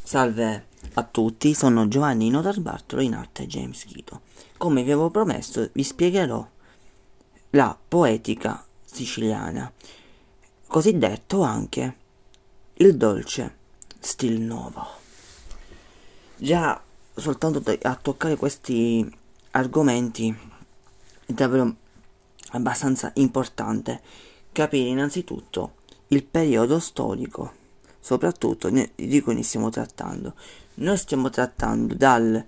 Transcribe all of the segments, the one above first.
Salve a tutti, sono Giovanni Notarbartolo, in arte James Ghito. Come vi avevo promesso, vi spiegherò la poetica siciliana, cosiddetto anche il dolce stil nuovo. Già soltanto a toccare questi argomenti è davvero abbastanza importante capire innanzitutto il periodo storico, soprattutto di cui ne stiamo trattando. Noi stiamo trattando dal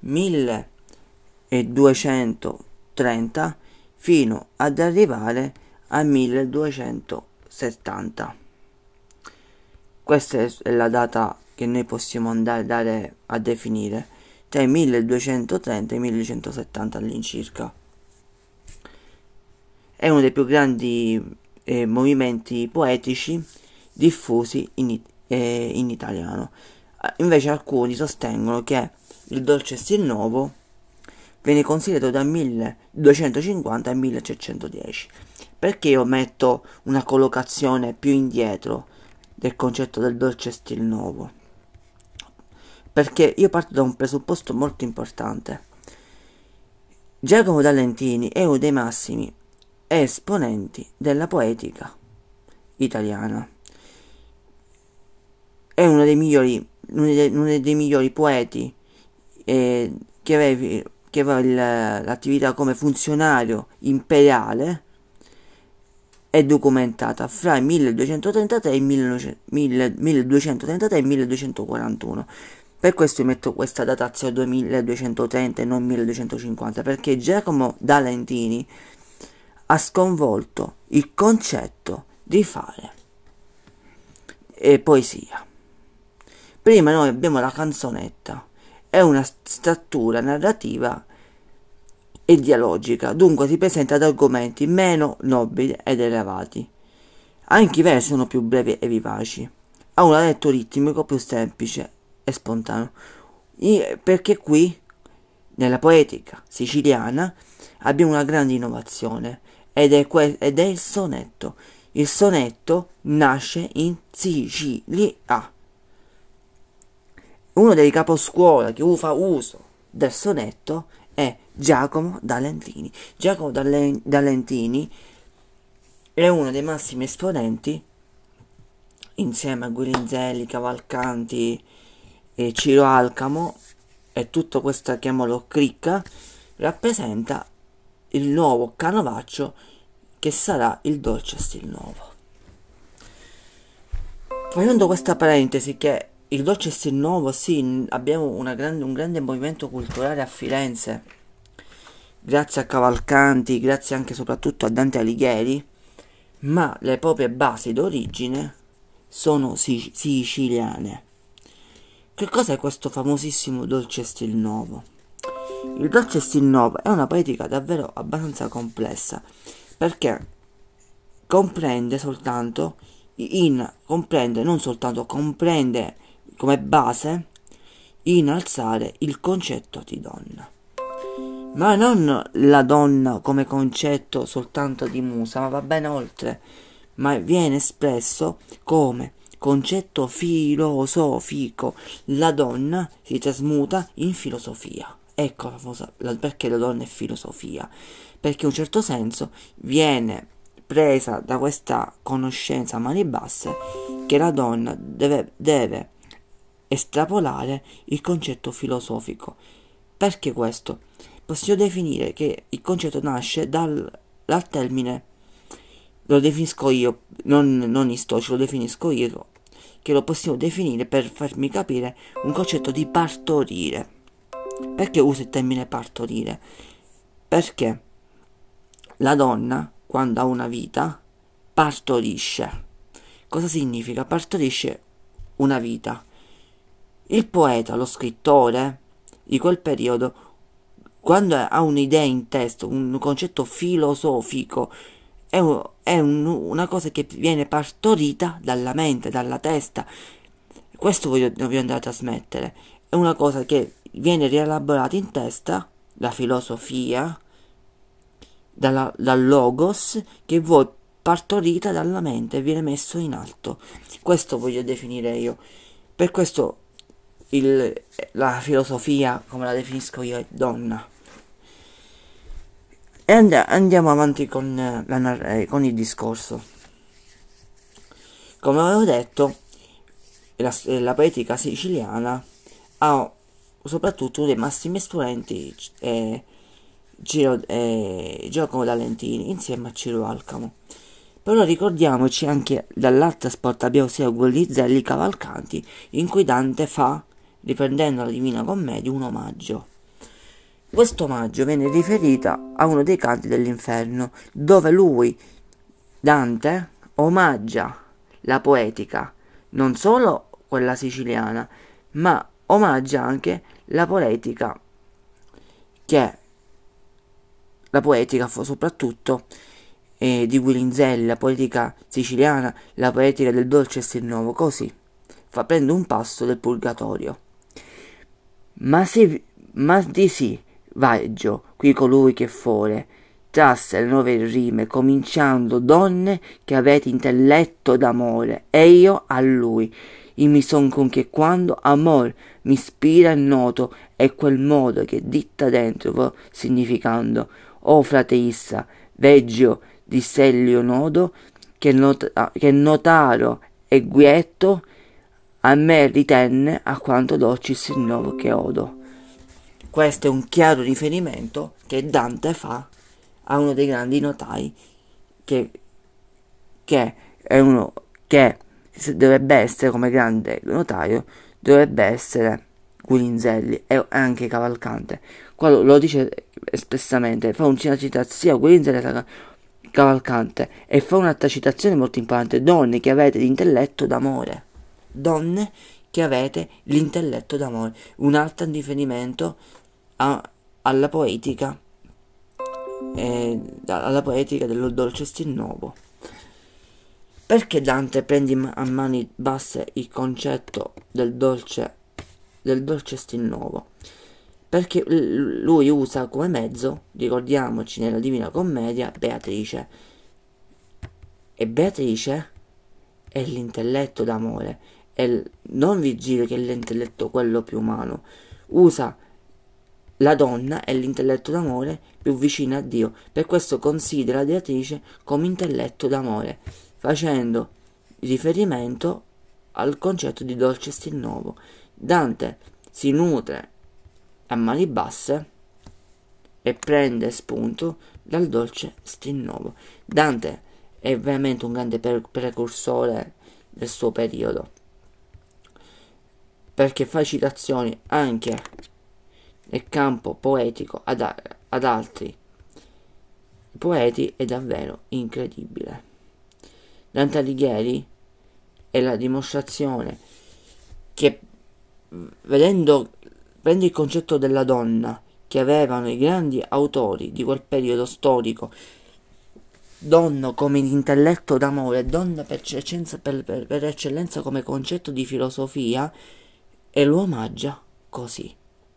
1230 fino ad arrivare al 1270. Questa è la data che noi possiamo andare a definire, tra i 1230 e i 1270 all'incirca. È uno dei più grandi movimenti poetici diffusi in italiano. Invece alcuni sostengono che il dolce stil nuovo viene considerato dal 1250 al 1310. Perché io metto una collocazione più indietro del concetto del dolce stil nuovo? Perché io parto da un presupposto molto importante. Giacomo da Lentini è uno dei massimi esponenti della poetica italiana. È uno dei migliori poeti che aveva l'attività come funzionario imperiale. È documentata fra il 1233 e il 1233 e il 1241. Per questo metto questa datazione 2230 e non 1250, perché Giacomo da Lentini ha sconvolto il concetto di fare poesia. Prima noi abbiamo la canzonetta, è una struttura narrativa e dialogica, dunque si presenta ad argomenti meno nobili ed elevati. Anche i versi sono più brevi e vivaci, ha un aletto ritmico più semplice e spontaneo, perché qui, nella poetica siciliana, abbiamo una grande innovazione, ed è il sonetto. Il sonetto nasce in Sicilia. Uno dei caposcuola che fa uso del sonetto è Giacomo da Lentini. Giacomo da Lentini è uno dei massimi esponenti, insieme a Guirinzelli, Cavalcanti e Ciro Alcamo e tutta questa, chiamalo, cricca, rappresenta il nuovo canovaccio che sarà il dolce stil nuovo. Facendo questa parentesi che il dolce stil nuovo, sì, abbiamo un grande movimento culturale a Firenze, grazie a Cavalcanti, grazie anche soprattutto a Dante Alighieri, ma le proprie basi d'origine sono siciliane. Che cos'è questo famosissimo dolce stil nuovo? Il dolce stil nuovo è una poetica davvero abbastanza complessa, perché comprende come base innalzare il concetto di donna, ma non la donna come concetto soltanto di musa, ma va ben oltre, ma viene espresso come concetto filosofico. La donna si trasmuta in filosofia. Ecco la famosa, perché la donna è filosofia, perché in un certo senso viene presa da questa conoscenza a mani basse che la donna deve estrapolare il concetto filosofico. Perché questo? Possiamo definire che il concetto nasce dal termine, lo definisco io, non istorico, lo definisco io, che lo possiamo definire, per farmi capire, un concetto di partorire. Perché uso il termine partorire? Perché la donna, quando ha una vita, partorisce. Cosa significa? Partorisce una vita. Il poeta, lo scrittore di quel periodo, quando ha un'idea in testa, un concetto filosofico, è una cosa che viene partorita dalla mente, dalla testa. Questo voglio andare a trasmettere. È una cosa che viene rielaborata in testa, la filosofia, dal logos, che voi partorita dalla mente e viene messo in alto. Questo voglio definire io. Per questo la filosofia, come la definisco io, è donna. E andiamo avanti con il discorso. Come avevo detto, la poetica siciliana ha soprattutto uno dei massimi esponenti Giacomo D'Alentini insieme a Ciro Alcamo. Però ricordiamoci anche dall'altra sport abbiamo sia Guglielmi Cavalcanti, in cui Dante fa, riprendendo la Divina Commedia, un omaggio. Questo omaggio viene riferito a uno dei canti dell'inferno, dove lui, Dante, omaggia la poetica, non solo quella siciliana, ma omaggia anche la poetica soprattutto di Guilinzelli, la poetica siciliana, la poetica del dolce e stil così prende un passo del purgatorio. Ma di sì, vaggio, qui colui che fore, trasse le 9 rime, cominciando donne che avete intelletto d'amore, e io a lui. Io mi son con che quando amor mi ispira e noto, è quel modo che ditta dentro significando. O frate issa, veggio di Sellio nodo, che notaro e guietto, a me ritenne a quanto docis il novo che odo. Questo è un chiaro riferimento che Dante fa a uno dei grandi notai che è uno che dovrebbe essere, come grande notaio, dovrebbe essere Guilinzelli e anche Cavalcante. Qua lo dice espressamente, fa una citazione sia Guilinzelli che Cavalcante e fa un'altra citazione molto importante: donne che avete l'intelletto d'amore. Donne che avete l'intelletto d'amore, un altro riferimento alla poetica dello dolce stil nuovo. Perché Dante prende a mani basse il concetto del dolce stil nuovo? Perché lui usa come mezzo, ricordiamoci nella Divina Commedia, Beatrice, e Beatrice è l'intelletto d'amore, e non Virgilio che è l'intelletto quello più umano, usa la donna è l'intelletto d'amore più vicino a Dio, per questo considera Beatrice come intelletto d'amore, facendo riferimento al concetto di dolce stil nuovo. Dante si nutre a mani basse e prende spunto dal dolce stil nuovo. Dante è veramente un grande precursore del suo periodo, perché fa citazioni anche nel campo poetico ad altri poeti è davvero incredibile. Dante Alighieri è la dimostrazione che, prende il concetto della donna che avevano i grandi autori di quel periodo storico, donna come intelletto d'amore, donna per eccellenza come concetto di filosofia, e lo omaggia così.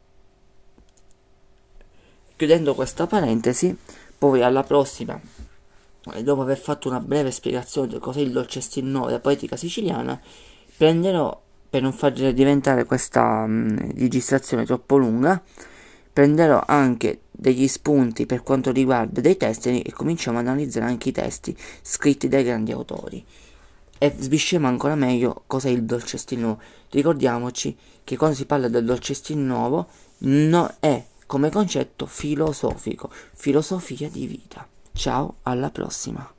Chiudendo questa parentesi, poi alla prossima, dopo aver fatto una breve spiegazione di cos'è il dolce stil nuovo della poetica siciliana, prenderò, per non far diventare questa registrazione troppo lunga, prenderò anche degli spunti per quanto riguarda dei testi e cominciamo ad analizzare anche i testi scritti dai grandi autori e svisciamo ancora meglio cos'è il dolce stil nuovo. Ricordiamoci che quando si parla del dolce stil nuovo è come concetto filosofico, filosofia di vita. Ciao, alla prossima.